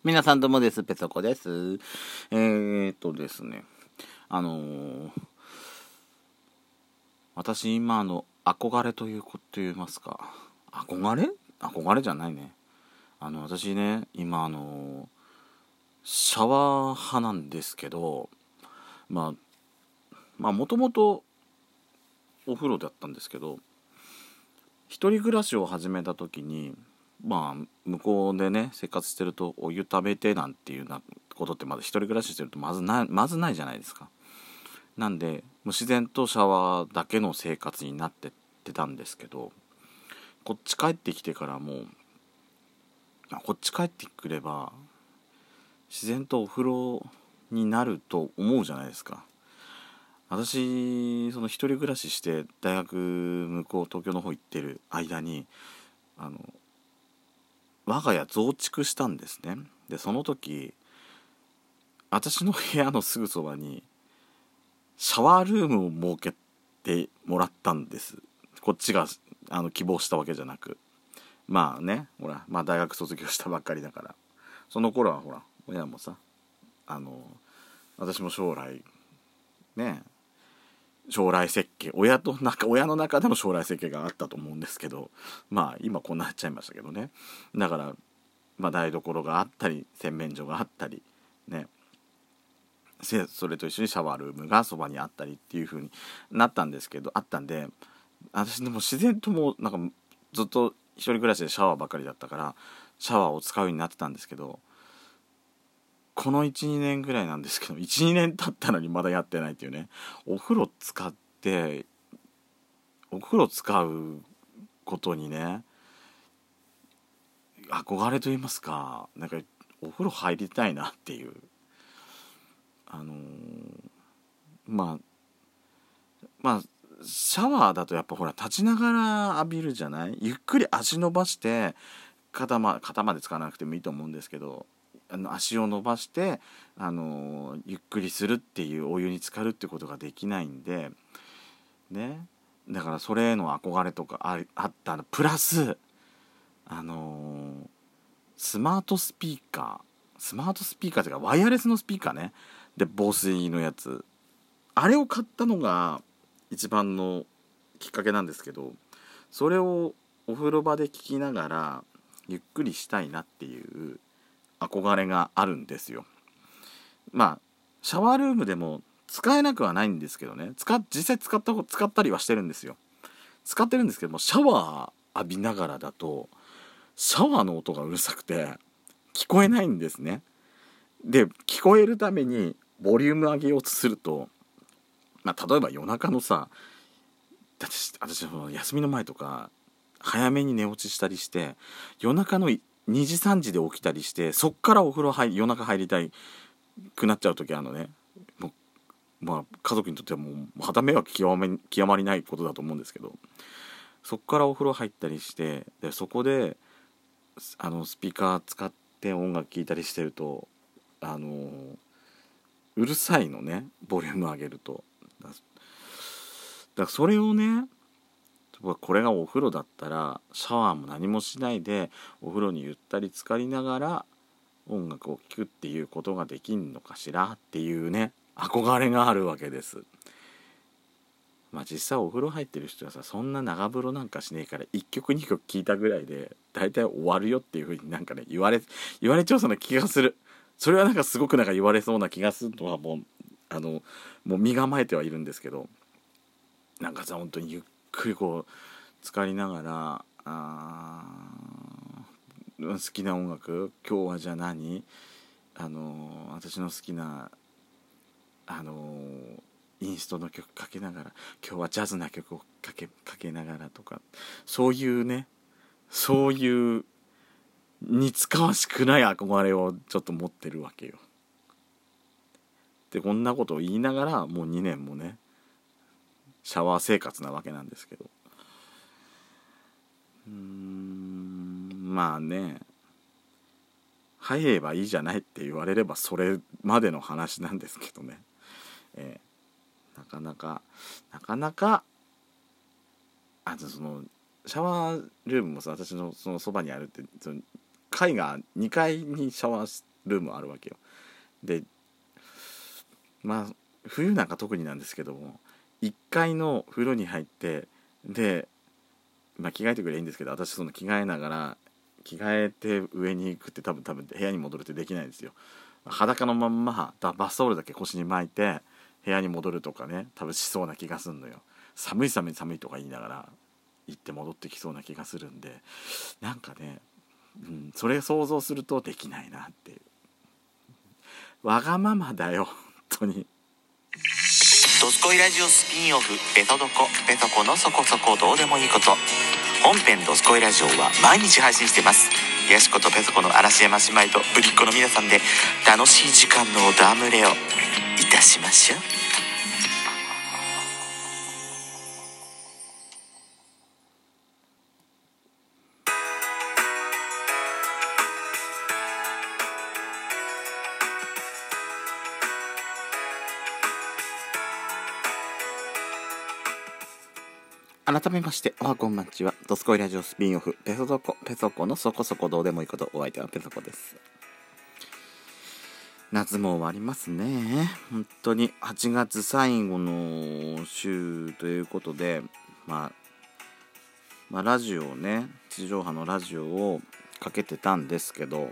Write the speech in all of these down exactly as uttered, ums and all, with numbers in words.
皆さんどうもです。ペソコです。えーっとですね、あのー、私今の憧れということ言いますか、憧れ憧れじゃないね。あの、私ね、今あのー、シャワー派なんですけど、まあ、まあもともとお風呂だったんですけど、一人暮らしを始めた時に、まあ向こうでね生活してるとお湯食べてなんていうなことってまず一人暮らししてるとまずないまずないじゃないですか。なんでもう自然とシャワーだけの生活になってってたんですけど、こっち帰ってきてからもこっち帰ってくれば自然とお風呂になると思うじゃないですか。私その一人暮らしして大学向こう東京の方行ってる間にあの我が家増築したんですね。でその時私の部屋のすぐそばにシャワールームを設けてもらったんです。こっちがあの希望したわけじゃなく、まあね、ほら、まあ大学卒業したばっかりだから、その頃はほら親もさ、あの私も将来ね、将来設計、親と中親の中でも将来設計があったと思うんですけど、まあ今こんなっちゃいましたけどね。だからまあ台所があったり洗面所があったりね、それと一緒にシャワールームがそばにあったりっていう風になったんですけど、あったんで、私でも自然ともうなんかずっと一人暮らしでシャワーばっかりだったからシャワーを使うようになってたんですけど、この いちにねんぐらいなんですけど、いちにねん経ったのにまだやってないっていうね。お風呂使ってお風呂使うことにね憧れと言いますか、なんかお風呂入りたいなっていう、あのー、まあまあシャワーだとやっぱほら立ちながら浴びるじゃない。ゆっくり足伸ばして肩ま肩まで使わなくてもいいと思うんですけど、あの足を伸ばして、あのー、ゆっくりするっていうお湯に浸かるってことができないんでね。だからそれへの憧れとか あ, あったのプラス、あのー、スマートスピーカースマートスピーカーというかワイヤレスのスピーカーね、で防水のやつ、あれを買ったのが一番のきっかけなんですけど、それをお風呂場で聞きながらゆっくりしたいなっていう憧れがあるんですよ。まあシャワールームでも使えなくはないんですけどね、使実際使った使ったりはしてるんですよ。使ってるんですけども、シャワー浴びながらだとシャワーの音がうるさくて聞こえないんですね。で聞こえるためにボリューム上げようとすると、まあ、例えば夜中のさ、私私の休みの前とか早めに寝落ちしたりして夜中のにじさんじで起きたりして、そっからお風呂入夜中入りたいくなっちゃう時あるのね。もうまあ家族にとってはもう肌迷惑極め極まりないことだと思うんですけど、そっからお風呂入ったりして、でそこであのスピーカー使って音楽聴いたりしてると、あのうるさいのね、ボリューム上げると。だからそれをね、これがお風呂だったらシャワーも何もしないでお風呂にゆったり浸かりながら音楽を聴くっていうことができんのかしらっていうね、憧れがあるわけです。まあ実際お風呂入ってる人はさ、そんな長風呂なんかしねえからいっきょくにきょく聴いたぐらいで大体終わるよっていう風になんかね言われ言われちゃうそうな気がする。それはなんかすごくなんか言われそうな気がするのはもうあのもう身構えてはいるんですけど、なんかさ本当にゆっくりこう浸かりながら、あ好きな音楽今日はじゃあ何あの私の好きなあのインストの曲かけながら、今日はジャズな曲をかけかけながらとか、そういうね、そういう似つかわしくない憧れをちょっと持ってるわけよ。でこんなことを言いながらもうにねんもねシャワー生活なわけなんですけど、うーんまあね、入ればいいじゃないって言われればそれまでの話なんですけどね、えー、なかなかなかなかあとそのシャワールームもさ、私のそのそばにあるって、その階がにかいにシャワールームあるわけよ。でまあ冬なんか特になんですけども、いっかいの風呂に入ってで、まあ、着替えてくればいいんですけど、私その着替えながら着替えて上に行くって多分多分部屋に戻るってできないんですよ。裸のまんまバスタオルだけ腰に巻いて部屋に戻るとかね、多分しそうな気がするのよ。寒い寒い寒いとか言いながら行って戻ってきそうな気がするんで、なんかね、うん、それ想像するとできないなっていう。わがままだよ本当に。 ドスコイラジオスピンオフペソドコペソコのそこそこどうでもいいこと。本編ドスコイラジオは毎日配信してます。ヤシコとペソコの嵐山姉妹とぶりっ子の皆さんで楽しい時間のおだむれをいたしましょう。 改めましておはこんばんちは。ドスコイラジオスピンオフペソドコペソコのそこそこどうでもいいこと。お相手はペソコです。夏も終わりますね。本当にはちがつ最後の週ということで、まあ、まあラジオをね、地上波のラジオをかけてたんですけど、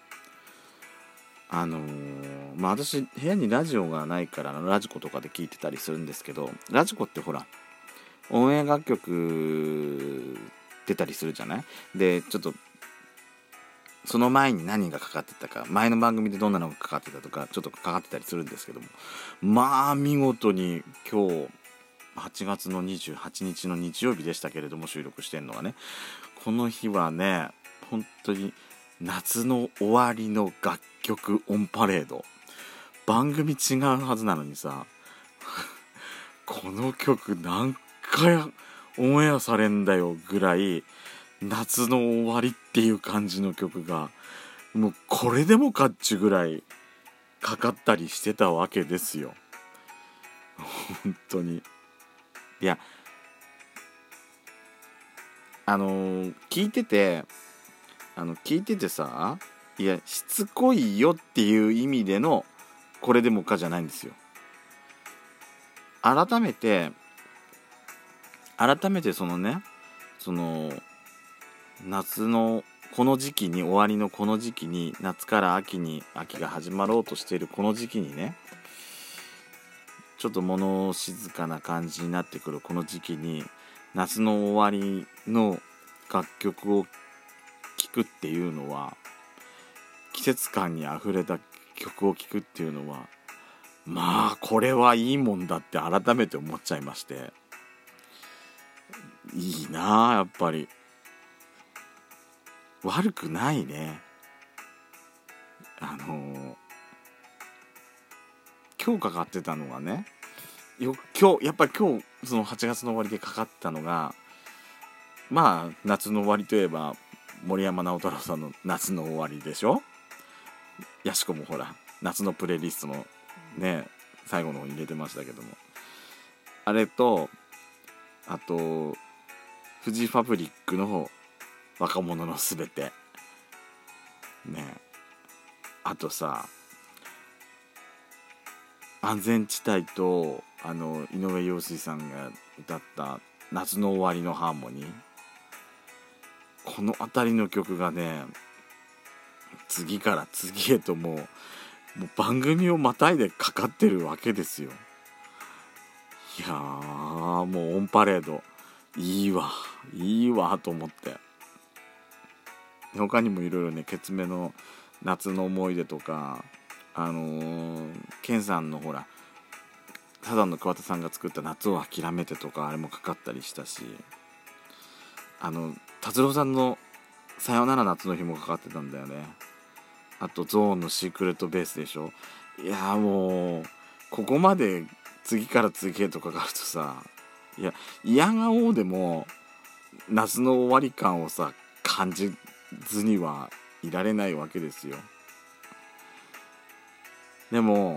あのー、まあ私部屋にラジオがないからラジコとかで聞いてたりするんですけど、ラジコってほら応援楽曲出たりするじゃない。でちょっとその前に何がかかってたか、前の番組でどんなのがかかってたとかちょっとかかってたりするんですけども、まあ見事に今日はちがつのにじゅうはちにちの日曜日でしたけれども、収録してんのがね、この日はね本当に夏の終わりの楽曲オンパレード。番組違うはずなのにさこの曲何回オンエアされんだよぐらい夏の終わりっていう感じの曲がもうこれでもかっちゅぐらいかかったりしてたわけですよ本当に。いやあのー、聞いててあの聞いててさ、いやしつこいよっていう意味でのこれでもかじゃないんですよ。改めて改めてそのね、その夏のこの時期に、終わりのこの時期に、夏から秋に秋が始まろうとしているこの時期にね、ちょっと物静かな感じになってくるこの時期に夏の終わりの楽曲を聴くっていうのは、季節感にあふれた曲を聴くっていうのは、まあこれはいいもんだって改めて思っちゃいまして、いいなあやっぱり。悪くないね。あのー、今日かかってたのがね、よ今日やっぱり今日そのはちがつの終わりでかかったのが、まあ夏の終わりといえば森山直太朗さんの夏の終わりでしょ。やしこもほら夏のプレイリストのね最後の方に入れてましたけども、あれとあとフジファブリックの若者のすべてね、あとさ安全地帯とあの井上陽水さんが歌った夏の終わりのハーモニー、この辺りの曲がね次から次へともう、もう番組をまたいでかかってるわけですよ。いやーもうオンパレードいいわいいわと思って、他にもいろいろね、ケツメの夏の思い出とか、あのー、ケンさんのほらサザンの桑田さんが作った夏を諦めてとか、あれもかかったりしたし、あの達郎さんのさよなら夏の日もかかってたんだよね。あとゾーンのシークレットベースでしょ。いやもうここまで次から次へとかかるとさ、いや嫌がおうでも夏の終わり感をさ感じずにはいられないわけですよ。でも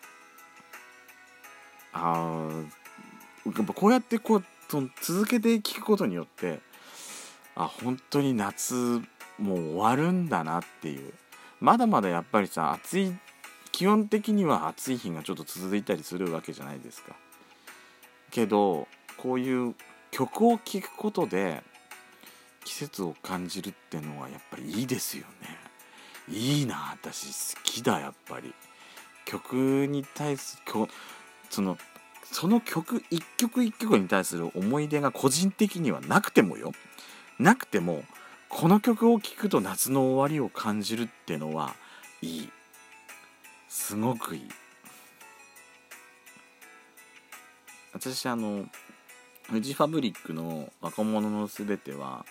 あやっぱこうやってこう続けて聞くことによって、あ本当に夏もう終わるんだなっていう、 まだまだやっぱりさ暑い基本的には暑い日がちょっと続いたりするわけじゃないですか。けどこういう曲を聴くことで季節を感じるってのはやっぱりいいですよね。いいな、私好きだ。やっぱり曲に対するそのその曲一曲一曲に対する思い出が個人的にはなくてもよなくてもこの曲を聴くと夏の終わりを感じるってのはいい、すごくいい。私あのフジファブリックの若者のすべては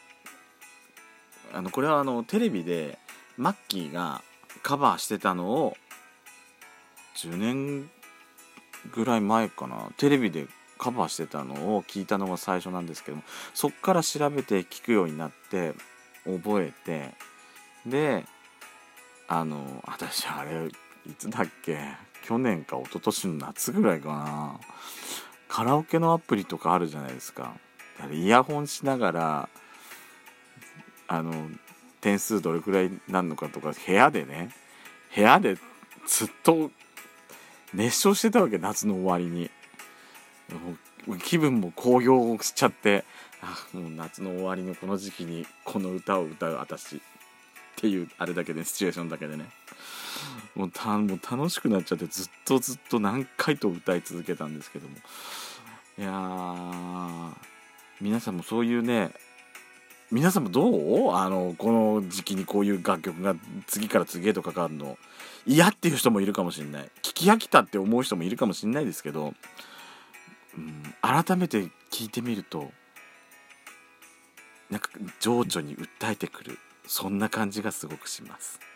あのこれはあのテレビでマッキーがカバーしてたのをじゅうねんぐらい前かな、テレビでカバーしてたのを聞いたのが最初なんですけども、そっから調べて聞くようになって覚えて、であの私あれいつだっけ、去年か一昨年の夏ぐらいかな、カラオケのアプリとかあるじゃないですか。あれイヤホンしながらあの点数どれくらいなんのかとか部屋でね部屋でずっと熱唱してたわけ、夏の終わりに。もう気分も高揚しちゃって、あもう夏の終わりのこの時期にこの歌を歌う私っていうあれだけで、シチュエーションだけでねもうたもう楽しくなっちゃって、ずっとずっと何回と歌い続けたんですけども、いやー皆さんもそういうね、皆さんもどう、あのこの時期にこういう楽曲が次から次へとかかるの嫌っていう人もいるかもしれない、聞き飽きたって思う人もいるかもしれないですけど、うん、改めて聞いてみるとなんか情緒に訴えてくる、そんな感じがすごくします。